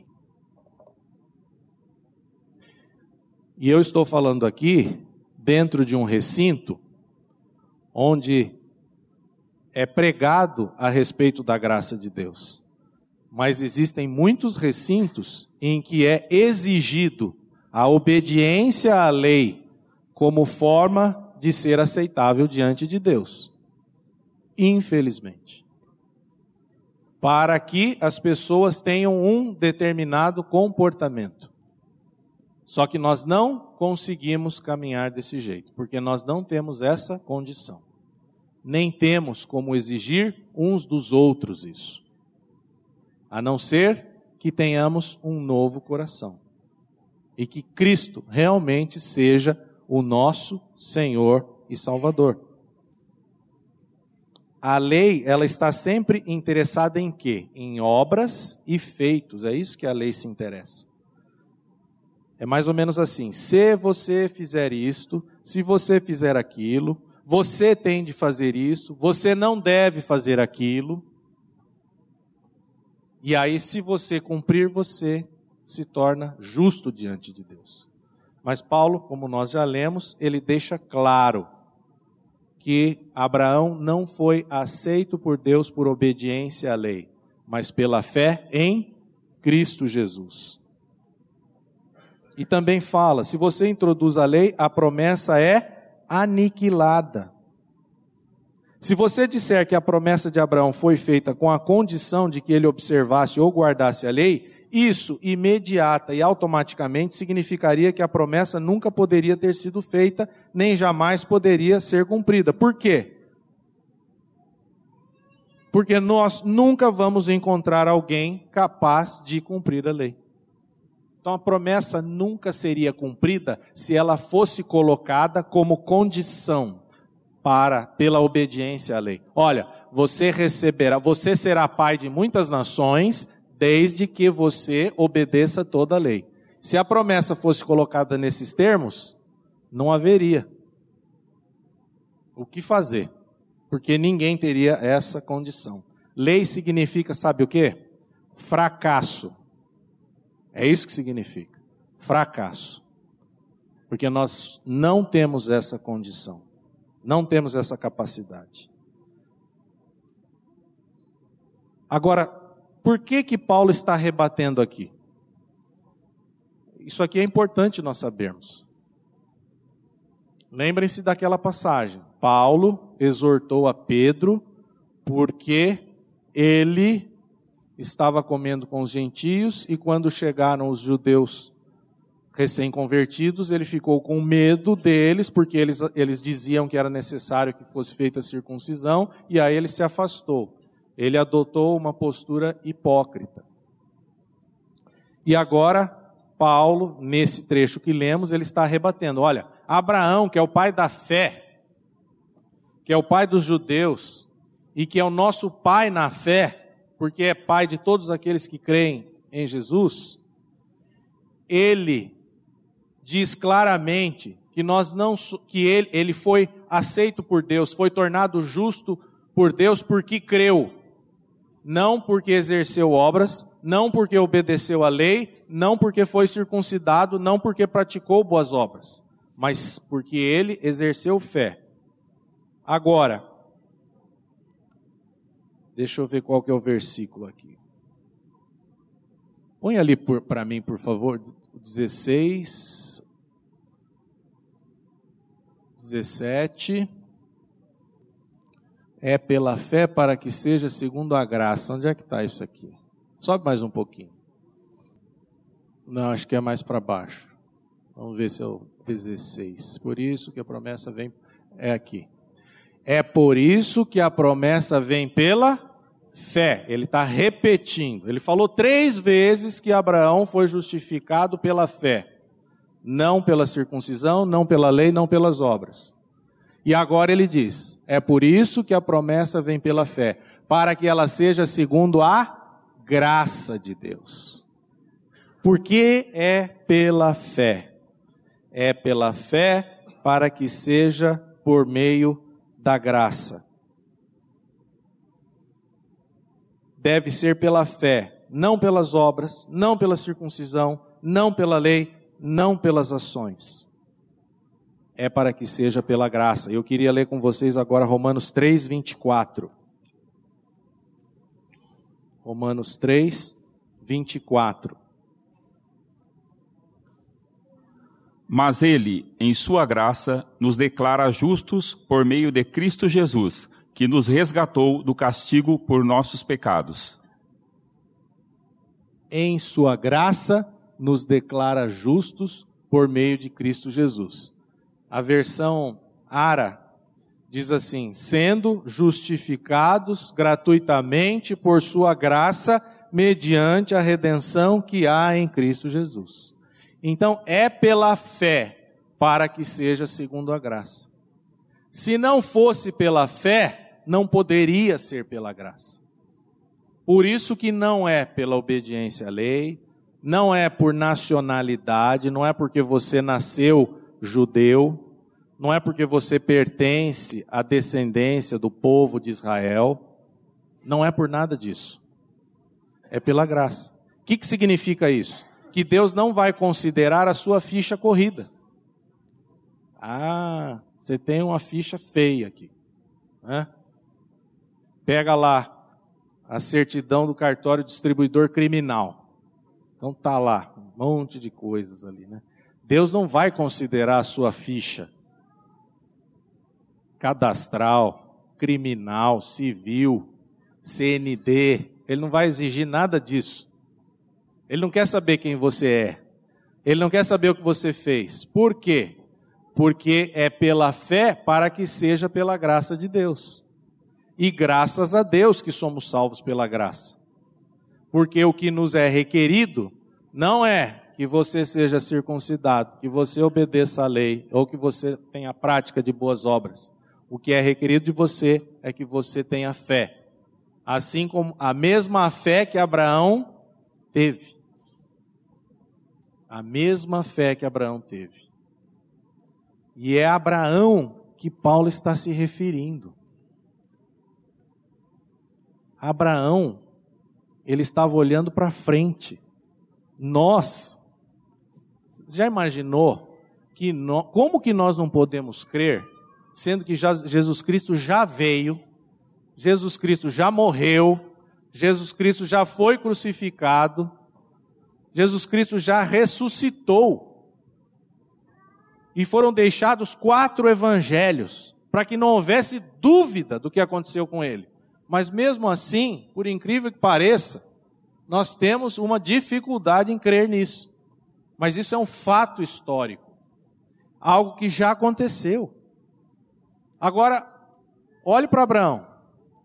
E eu estou falando aqui dentro de um recinto onde é pregado a respeito da graça de Deus. Mas existem muitos recintos em que é exigido a obediência à lei como forma de ser aceitável diante de Deus. Infelizmente. para que as pessoas tenham um determinado comportamento. Só que nós não conseguimos caminhar desse jeito, porque nós não temos essa condição. Nem temos como exigir uns dos outros isso. A não ser que tenhamos um novo coração. E que Cristo realmente seja o nosso Senhor e Salvador. A lei, ela está sempre interessada em quê? Em obras e feitos. É isso que a lei se interessa. É mais ou menos assim: se você fizer isto, se você fizer aquilo, você tem de fazer isso, você não deve fazer aquilo. E aí, se você cumprir, você se torna justo diante de Deus. Mas Paulo, como nós já lemos, ele deixa claro que Abraão não foi aceito por Deus por obediência à lei, mas pela fé em Cristo Jesus. E também fala, se você introduz a lei, a promessa é aniquilada. Se você disser que a promessa de Abraão foi feita com a condição de que ele observasse ou guardasse a lei, isso imediata e automaticamente significaria que a promessa nunca poderia ter sido feita, nem jamais poderia ser cumprida. Por quê? Porque nós nunca vamos encontrar alguém capaz de cumprir a lei. Então a promessa nunca seria cumprida se ela fosse colocada como condição para, pela obediência à lei. Olha, você receberá, você será pai de muitas nações, desde que você obedeça toda a lei. Se a promessa fosse colocada nesses termos, não haveria o que fazer, porque ninguém teria essa condição. Lei significa, sabe o quê? Fracasso. É isso que significa, fracasso. Porque nós não temos essa condição, não temos essa capacidade. Agora, por que que Paulo está rebatendo aqui? Isso aqui é importante nós sabermos. Lembrem-se daquela passagem. Paulo exortou a Pedro porque ele estava comendo com os gentios e quando chegaram os judeus recém-convertidos, ele ficou com medo deles, porque eles, eles diziam que era necessário que fosse feita a circuncisão, e aí ele se afastou. Ele adotou uma postura hipócrita. E agora, Paulo, nesse trecho que lemos, ele está rebatendo. Olha, Abraão, que é o pai da fé, que é o pai dos judeus, e que é o nosso pai na fé, porque é pai de todos aqueles que creem em Jesus, ele diz claramente que, nós não, que ele, ele foi aceito por Deus, foi tornado justo por Deus porque creu. Não porque exerceu obras, não porque obedeceu à lei, não porque foi circuncidado, não porque praticou boas obras, mas porque ele exerceu fé. Agora, deixa eu ver qual que é o versículo aqui. Põe ali para mim, por favor, dezesseis, dezessete... É pela fé para que seja segundo a graça. Onde é que está isso aqui? Sobe mais um pouquinho. Não, acho que é mais para baixo. Vamos ver se é o dezesseis. Por isso que a promessa vem... É aqui. É por isso que a promessa vem pela fé. Ele está repetindo. Ele falou três vezes que Abraão foi justificado pela fé. Não pela circuncisão, não pela lei, não pelas obras. E agora ele diz, é por isso que a promessa vem pela fé, para que ela seja segundo a graça de Deus. Por que é pela fé? É pela fé para que seja por meio da graça. Deve ser pela fé, não pelas obras, não pela circuncisão, não pela lei, não pelas ações. É para que seja pela graça. Eu queria ler com vocês agora Romanos três, vinte e quatro. Romanos três, vinte e quatro. Mas ele, em sua graça, nos declara justos por meio de Cristo Jesus, que nos resgatou do castigo por nossos pecados. em sua graça nos declara justos por meio de Cristo Jesus. A versão Ara diz assim: sendo justificados gratuitamente por sua graça, mediante a redenção que há em Cristo Jesus. Então, é pela fé para que seja segundo a graça. Se não fosse pela fé, não poderia ser pela graça. Por isso que não é pela obediência à lei, não é por nacionalidade, não é porque você nasceu judeu, não é porque você pertence à descendência do povo de Israel, não é por nada disso. É pela graça. O que, que significa isso? Que Deus não vai considerar a sua ficha corrida. Ah, você tem uma ficha feia aqui, né? Pega lá a certidão do cartório distribuidor criminal. Então tá lá, um monte de coisas ali, né? Deus não vai considerar a sua ficha cadastral, criminal, civil, C N D. Ele não vai exigir nada disso. Ele não quer saber quem você é. Ele não quer saber o que você fez. Por quê? Porque é pela fé para que seja pela graça de Deus. E graças a Deus que somos salvos pela graça. Porque o que nos é requerido não é que você seja circuncidado, que você obedeça à lei, ou que você tenha prática de boas obras. O que é requerido de você é que você tenha fé. Assim como a mesma fé que Abraão teve. A mesma fé que Abraão teve. E é a Abraão que Paulo está se referindo. Abraão, ele estava olhando para frente. Nós, já imaginou que nós, como que nós não podemos crer, sendo que já, Jesus Cristo já veio, Jesus Cristo já morreu, Jesus Cristo já foi crucificado, Jesus Cristo já ressuscitou. E foram deixados quatro evangelhos, para que não houvesse dúvida do que aconteceu com ele. Mas mesmo assim, por incrível que pareça, nós temos uma dificuldade em crer nisso. Mas isso é um fato histórico. Algo que já aconteceu. Agora, olhe para Abraão.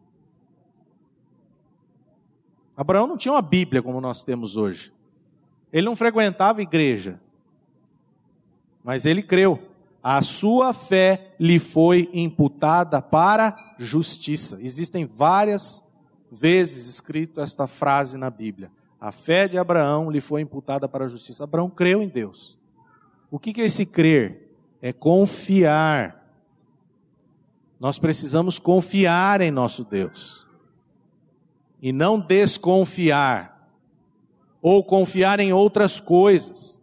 Abraão não tinha uma Bíblia como nós temos hoje. Ele não frequentava igreja. Mas ele creu. A sua fé lhe foi imputada para justiça. Existem várias vezes escrito esta frase na Bíblia. A fé de Abraão lhe foi imputada para a justiça. Abraão creu em Deus. O que é esse crer? É confiar. Nós precisamos confiar em nosso Deus. E não desconfiar. Ou confiar em outras coisas.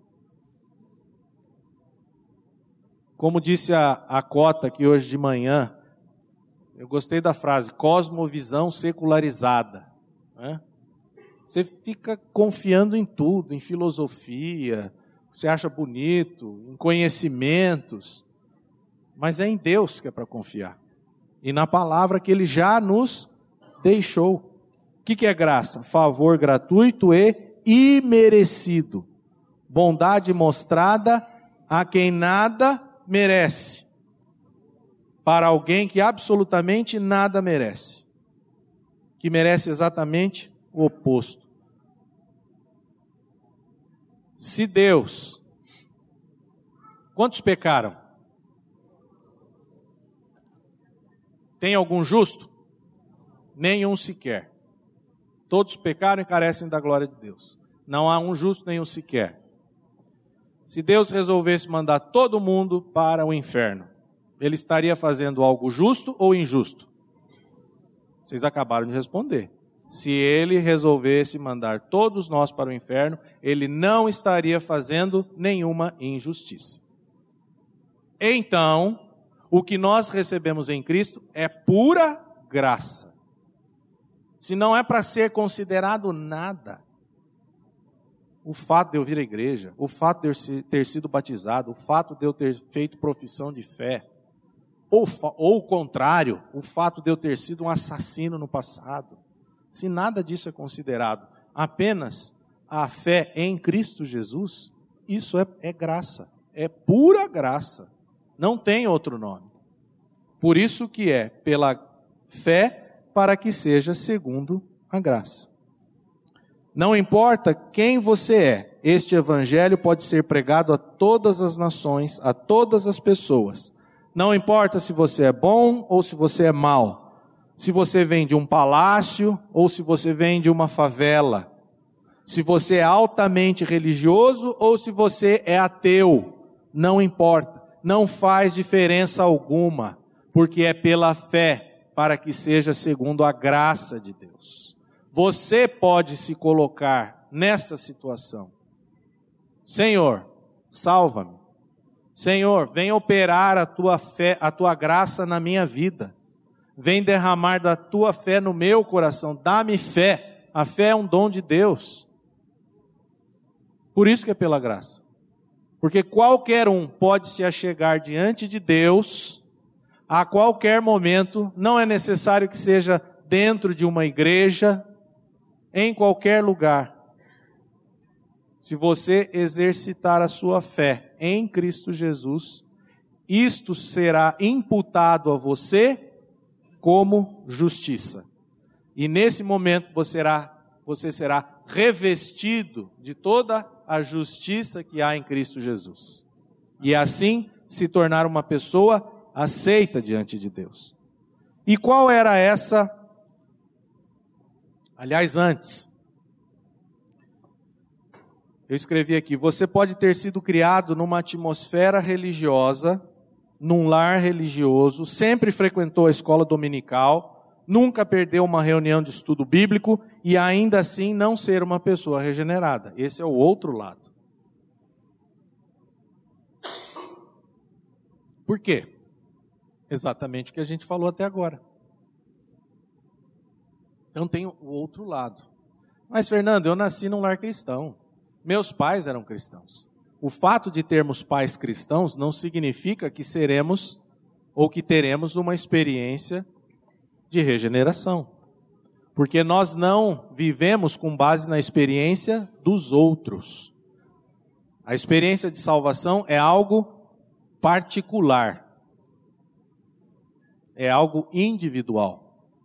Como disse a, a Cota aqui hoje de manhã, eu gostei da frase, cosmovisão secularizada. Né? Você fica confiando em tudo, em filosofia, você acha bonito, em conhecimentos, mas é em Deus que é para confiar. E na palavra que Ele já nos deixou. O que, que é graça? Favor gratuito e imerecido. Bondade mostrada a quem nada merece. Para alguém que absolutamente nada merece. Que merece exatamente o oposto. Se Deus... Quantos pecaram? Tem algum justo? Nenhum sequer. Todos pecaram e carecem da glória de Deus. Não há um justo, nenhum sequer. Se Deus resolvesse mandar todo mundo para o inferno, Ele estaria fazendo algo justo ou injusto? Vocês acabaram de responder. Se Ele resolvesse mandar todos nós para o inferno, Ele não estaria fazendo nenhuma injustiça. Então, o que nós recebemos em Cristo é pura graça. Se não é para ser considerado nada. O fato de eu vir à igreja, o fato de eu ter sido batizado, o fato de eu ter feito profissão de fé, ou, ou o contrário, o fato de eu ter sido um assassino no passado. Se nada disso é considerado, apenas a fé em Cristo Jesus, isso é, é graça, é pura graça, não tem outro nome. Por isso que é pela fé, para que seja segundo a graça. Não importa quem você é, este evangelho pode ser pregado a todas as nações, a todas as pessoas. Não importa se você é bom ou se você é mau, se você vem de um palácio ou se você vem de uma favela, se você é altamente religioso ou se você é ateu, não importa, não faz diferença alguma, porque é pela fé, para que seja segundo a graça de Deus. Você pode se colocar nesta situação. Senhor, salva-me. Senhor, vem operar a tua fé, a tua graça na minha vida. Vem derramar da tua fé no meu coração. Dá-me fé. A fé é um dom de Deus. Por isso que é pela graça. Porque qualquer um pode se achegar diante de Deus a qualquer momento. Não é necessário que seja dentro de uma igreja, em qualquer lugar. Se você exercitar a sua fé em Cristo Jesus, isto será imputado a você como justiça. E nesse momento você será, você será revestido de toda a justiça que há em Cristo Jesus. E assim se tornar uma pessoa aceita diante de Deus. E qual era essa? Aliás, antes, eu escrevi aqui, você pode ter sido criado numa atmosfera religiosa, num lar religioso, sempre frequentou a escola dominical, nunca perdeu uma reunião de estudo bíblico e ainda assim não ser uma pessoa regenerada. Esse é o outro lado. Por quê? Exatamente o que a gente falou até agora. Então tem o outro lado. Mas, Fernando, eu nasci num lar cristão. Meus pais eram cristãos. O fato de termos pais cristãos não significa que seremos ou que teremos uma experiência de regeneração. Porque nós não vivemos com base na experiência dos outros. A experiência de salvação é algo particular. É algo individual.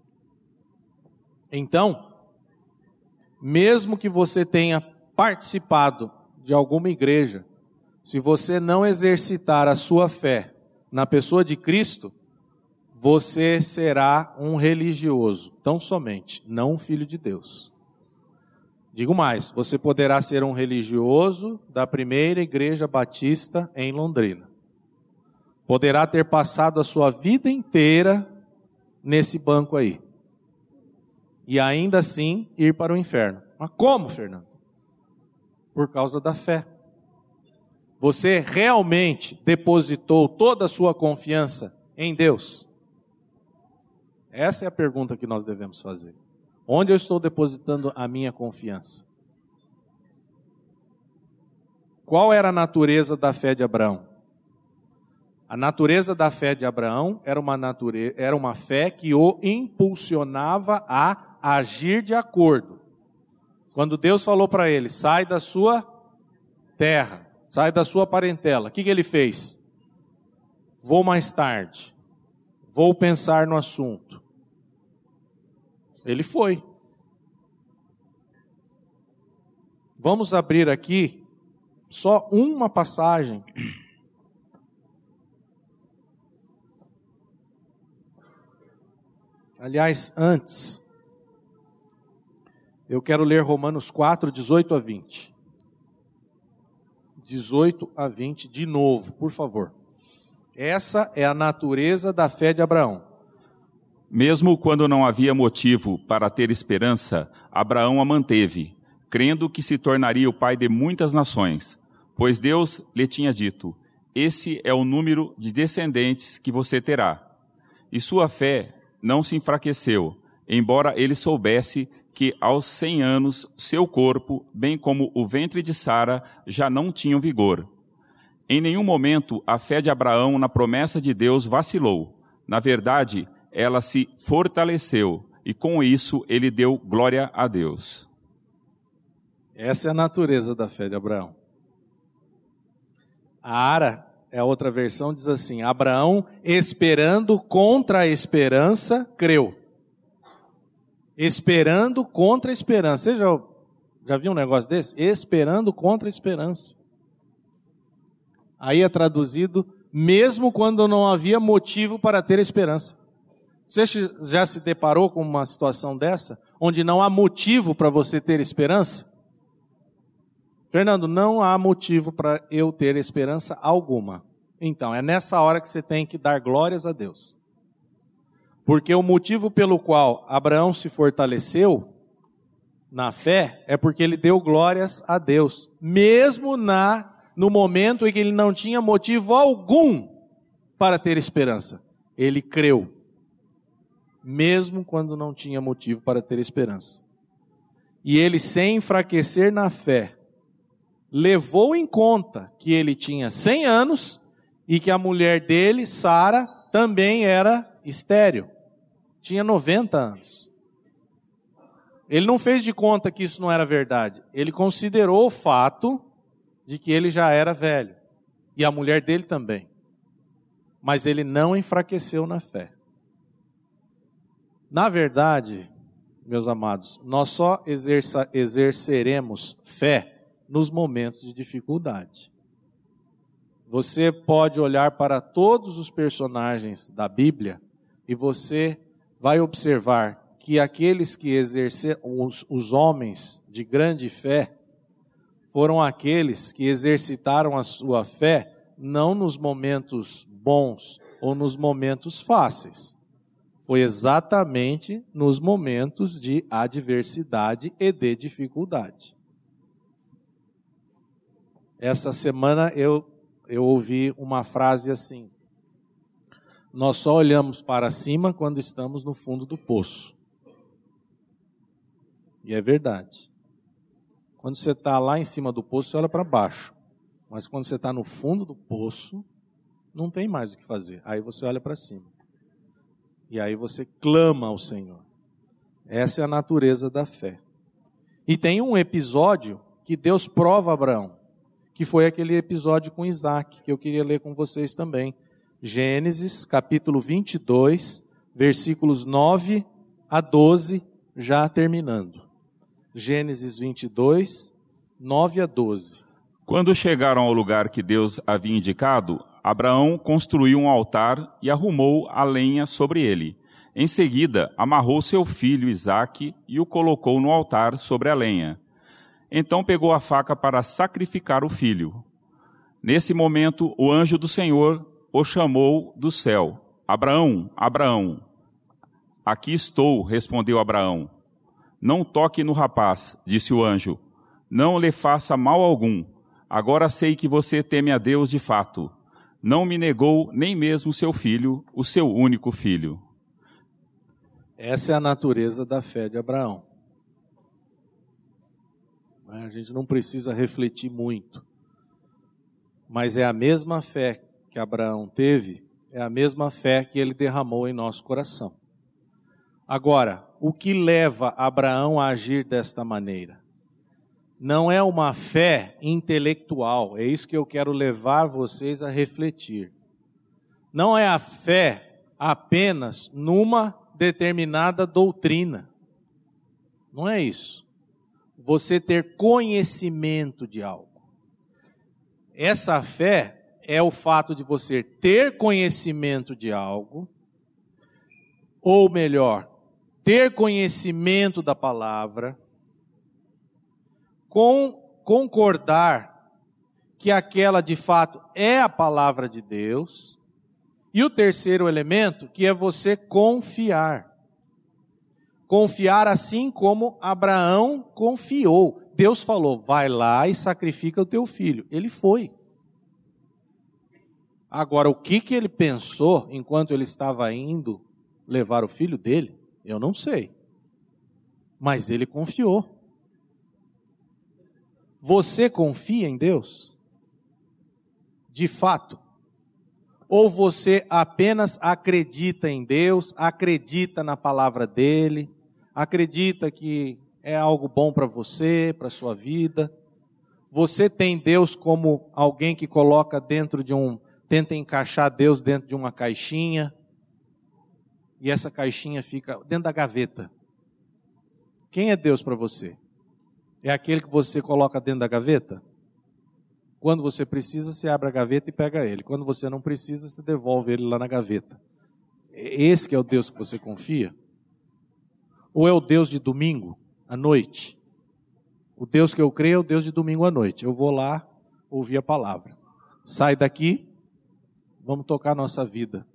Então, mesmo que você tenha participado de alguma igreja, se você não exercitar a sua fé na pessoa de Cristo, você será um religioso, tão somente, não um filho de Deus. Digo mais, você poderá ser um religioso da primeira igreja batista em Londrina. Poderá ter passado a sua vida inteira nesse banco aí. E ainda assim ir para o inferno. Mas como, Fernando? Por causa da fé. Você realmente depositou toda a sua confiança em Deus? Essa é a pergunta que nós devemos fazer. Onde eu estou depositando a minha confiança? Qual era a natureza da fé de Abraão? A natureza da fé de Abraão era uma, natureza, era uma fé que o impulsionava a agir de acordo. Quando Deus falou para ele, sai da sua terra, sai da sua parentela, o que, que ele fez? Vou mais tarde, vou pensar no assunto. Ele foi. Vamos abrir aqui só uma passagem. Aliás, antes, eu quero ler Romanos quatro, dezoito a vinte. dezoito a vinte de novo, por favor. Essa é a natureza da fé de Abraão. Mesmo quando não havia motivo para ter esperança, Abraão a manteve, crendo que se tornaria o pai de muitas nações, pois Deus lhe tinha dito, esse é o número de descendentes que você terá. E sua fé não se enfraqueceu, embora ele soubesse que aos cem anos seu corpo, bem como o ventre de Sara, já não tinham vigor. Em nenhum momento a fé de Abraão na promessa de Deus vacilou. Na verdade, ela se fortaleceu, e com isso ele deu glória a Deus. Essa é a natureza da fé de Abraão. A Ara, é a outra versão, diz assim: Abraão, esperando contra a esperança, creu. Esperando contra a esperança. Você já, já viu um negócio desse? Esperando contra a esperança. Aí é traduzido, mesmo quando não havia motivo para ter esperança. Você já se deparou com uma situação dessa? Onde não há motivo para você ter esperança? Fernando, não há motivo para eu ter esperança alguma. Então, é nessa hora que você tem que dar glórias a Deus. Porque o motivo pelo qual Abraão se fortaleceu na fé é porque ele deu glórias a Deus. Mesmo na, no momento em que ele não tinha motivo algum para ter esperança. Ele creu. Mesmo quando não tinha motivo para ter esperança. E ele, sem enfraquecer na fé, levou em conta que ele tinha cem anos e que a mulher dele, Sara, também era estéril. Tinha noventa anos. Ele não fez de conta que isso não era verdade. Ele considerou o fato de que ele já era velho. E a mulher dele também. Mas ele não enfraqueceu na fé. Na verdade, meus amados, nós só exerça, exerceremos fé nos momentos de dificuldade. Você pode olhar para todos os personagens da Bíblia e você vai observar que aqueles que exerceram, os, os homens de grande fé, foram aqueles que exercitaram a sua fé não nos momentos bons ou nos momentos fáceis. Foi exatamente nos momentos de adversidade e de dificuldade. Essa semana eu, eu ouvi uma frase assim: nós só olhamos para cima quando estamos no fundo do poço. E é verdade. Quando você está lá em cima do poço, você olha para baixo. Mas quando você está no fundo do poço, não tem mais o que fazer. Aí você olha para cima. E aí você clama ao Senhor. Essa é a natureza da fé. E tem um episódio que Deus prova a Abraão, que foi aquele episódio com Isaac, que eu queria ler com vocês também. Gênesis, capítulo vinte e dois, versículos nove a doze, já terminando. Gênesis vinte e dois, nove a doze. Quando chegaram ao lugar que Deus havia indicado, Abraão construiu um altar e arrumou a lenha sobre ele. Em seguida, amarrou seu filho Isaque e o colocou no altar sobre a lenha. Então pegou a faca para sacrificar o filho. Nesse momento, o anjo do Senhor o chamou do céu. Abraão, Abraão. Aqui estou, respondeu Abraão. Não toque no rapaz, disse o anjo. Não lhe faça mal algum. Agora sei que você teme a Deus de fato. Não me negou nem mesmo seu filho, o seu único filho. Essa é a natureza da fé de Abraão. A gente não precisa refletir muito. Mas é a mesma fé que Abraão teve, é a mesma fé que ele derramou em nosso coração. Agora, o que leva Abraão a agir desta maneira? Não é uma fé intelectual, é isso que eu quero levar vocês a refletir. Não é a fé apenas numa determinada doutrina. Não é isso. Você ter conhecimento de algo. Essa fé é o fato de você ter conhecimento de algo, ou melhor, ter conhecimento da palavra, com, concordar que aquela de fato é a palavra de Deus, e o terceiro elemento, que é você confiar. Confiar assim como Abraão confiou. Deus falou, vai lá e sacrifica o teu filho. Ele foi. Agora, o que, que ele pensou enquanto ele estava indo levar o filho dele? Eu não sei. Mas ele confiou. Você confia em Deus? De fato? Ou você apenas acredita em Deus, acredita na palavra dele, acredita que é algo bom para você, para a sua vida. Você tem Deus como alguém que coloca dentro de um, tenta encaixar Deus dentro de uma caixinha, e essa caixinha fica dentro da gaveta. Quem é Deus para você? É aquele que você coloca dentro da gaveta? Quando você precisa, você abre a gaveta e pega ele. Quando você não precisa, você devolve ele lá na gaveta. Esse que é o Deus que você confia? Ou é o Deus de domingo, à noite? O Deus que eu creio é o Deus de domingo à noite. Eu vou lá ouvir a palavra. Sai daqui, vamos tocar a nossa vida.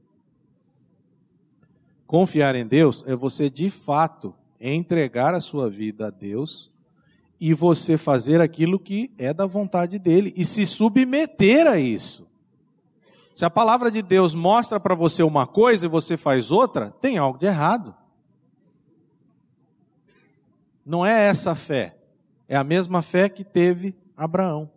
Confiar em Deus é você de fato entregar a sua vida a Deus e você fazer aquilo que é da vontade dele e se submeter a isso. Se a palavra de Deus mostra para você uma coisa e você faz outra, tem algo de errado. Não é essa fé. É a mesma fé que teve Abraão.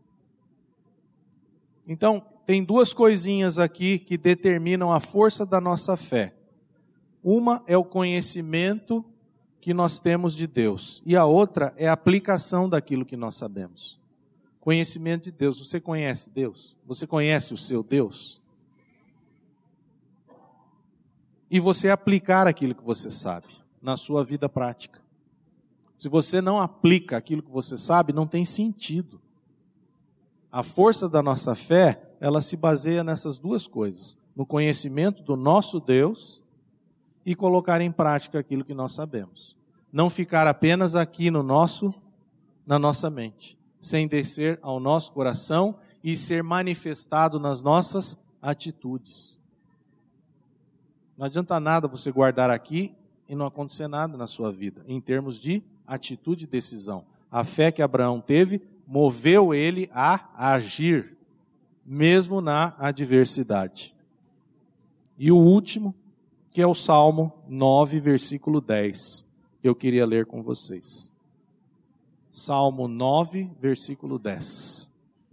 Então, tem duas coisinhas aqui que determinam a força da nossa fé. Uma é o conhecimento que nós temos de Deus. E a outra é a aplicação daquilo que nós sabemos. Conhecimento de Deus. Você conhece Deus? Você conhece o seu Deus? E você aplicar aquilo que você sabe na sua vida prática. Se você não aplica aquilo que você sabe, não tem sentido. A força da nossa fé, ela se baseia nessas duas coisas. No conhecimento do nosso Deus e colocar em prática aquilo que nós sabemos. Não ficar apenas aqui no nosso, na nossa mente, sem descer ao nosso coração e ser manifestado nas nossas atitudes. Não adianta nada você guardar aqui e não acontecer nada na sua vida, em termos de atitude e decisão. A fé que Abraão teve moveu ele a agir, mesmo na adversidade. E o último, que é o Salmo nove, versículo dez, que eu queria ler com vocês. Salmo nove, versículo dez.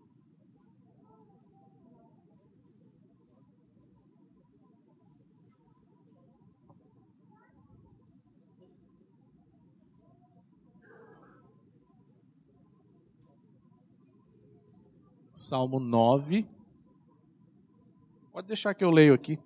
Salmo nove. Pode deixar que eu leio aqui.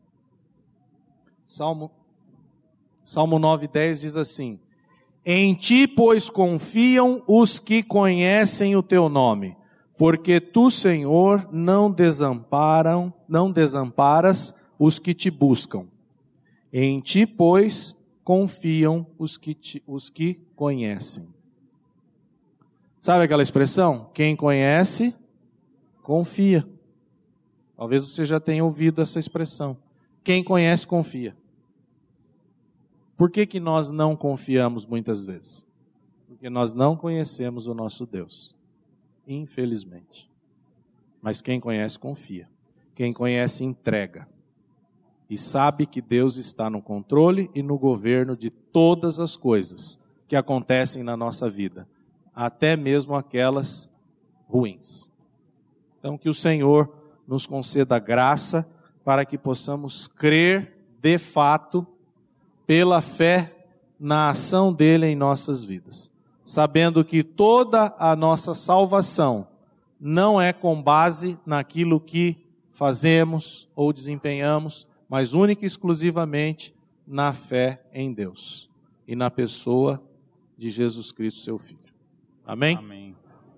Salmo, Salmo nove, dez diz assim: Em ti, pois, confiam os que conhecem o teu nome, porque tu, Senhor, não desamparam, não desamparas os que te buscam. Em ti, pois, confiam os que, te, os que conhecem. Sabe aquela expressão? Quem conhece, confia. Talvez você já tenha ouvido essa expressão. Quem conhece, confia. Por que que nós não confiamos muitas vezes? Porque nós não conhecemos o nosso Deus. Infelizmente. Mas quem conhece, confia. Quem conhece, entrega. E sabe que Deus está no controle e no governo de todas as coisas que acontecem na nossa vida. Até mesmo aquelas ruins. Então, que o Senhor nos conceda graça para que possamos crer de fato, pela fé na ação dele em nossas vidas. Sabendo que toda a nossa salvação não é com base naquilo que fazemos ou desempenhamos, mas única e exclusivamente na fé em Deus e na pessoa de Jesus Cristo, seu Filho. Amém? Amém.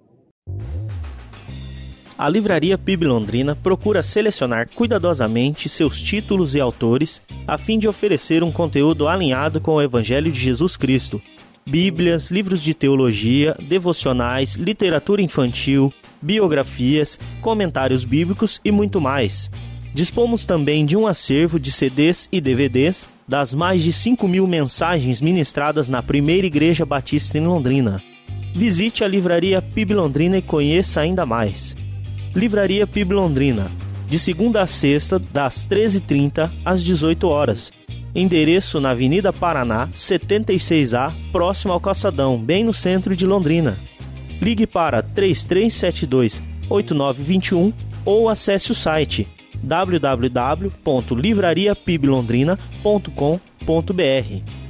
A Livraria P I B Londrina procura selecionar cuidadosamente seus títulos e autores a fim de oferecer um conteúdo alinhado com o Evangelho de Jesus Cristo. Bíblias, livros de teologia, devocionais, literatura infantil, biografias, comentários bíblicos e muito mais. Dispomos também de um acervo de C Ds e D V Ds das mais de cinco mil mensagens ministradas na Primeira Igreja Batista em Londrina. Visite a Livraria P I B Londrina e conheça ainda mais. Livraria P I B Londrina, de segunda a sexta, das treze e trinta às dezoito horas. Endereço na Avenida Paraná, setenta e seis A, próximo ao Calçadão, bem no centro de Londrina. Ligue para três três sete dois, oito nove dois um ou acesse o site w w w ponto livraria p i b londrina ponto com ponto b r.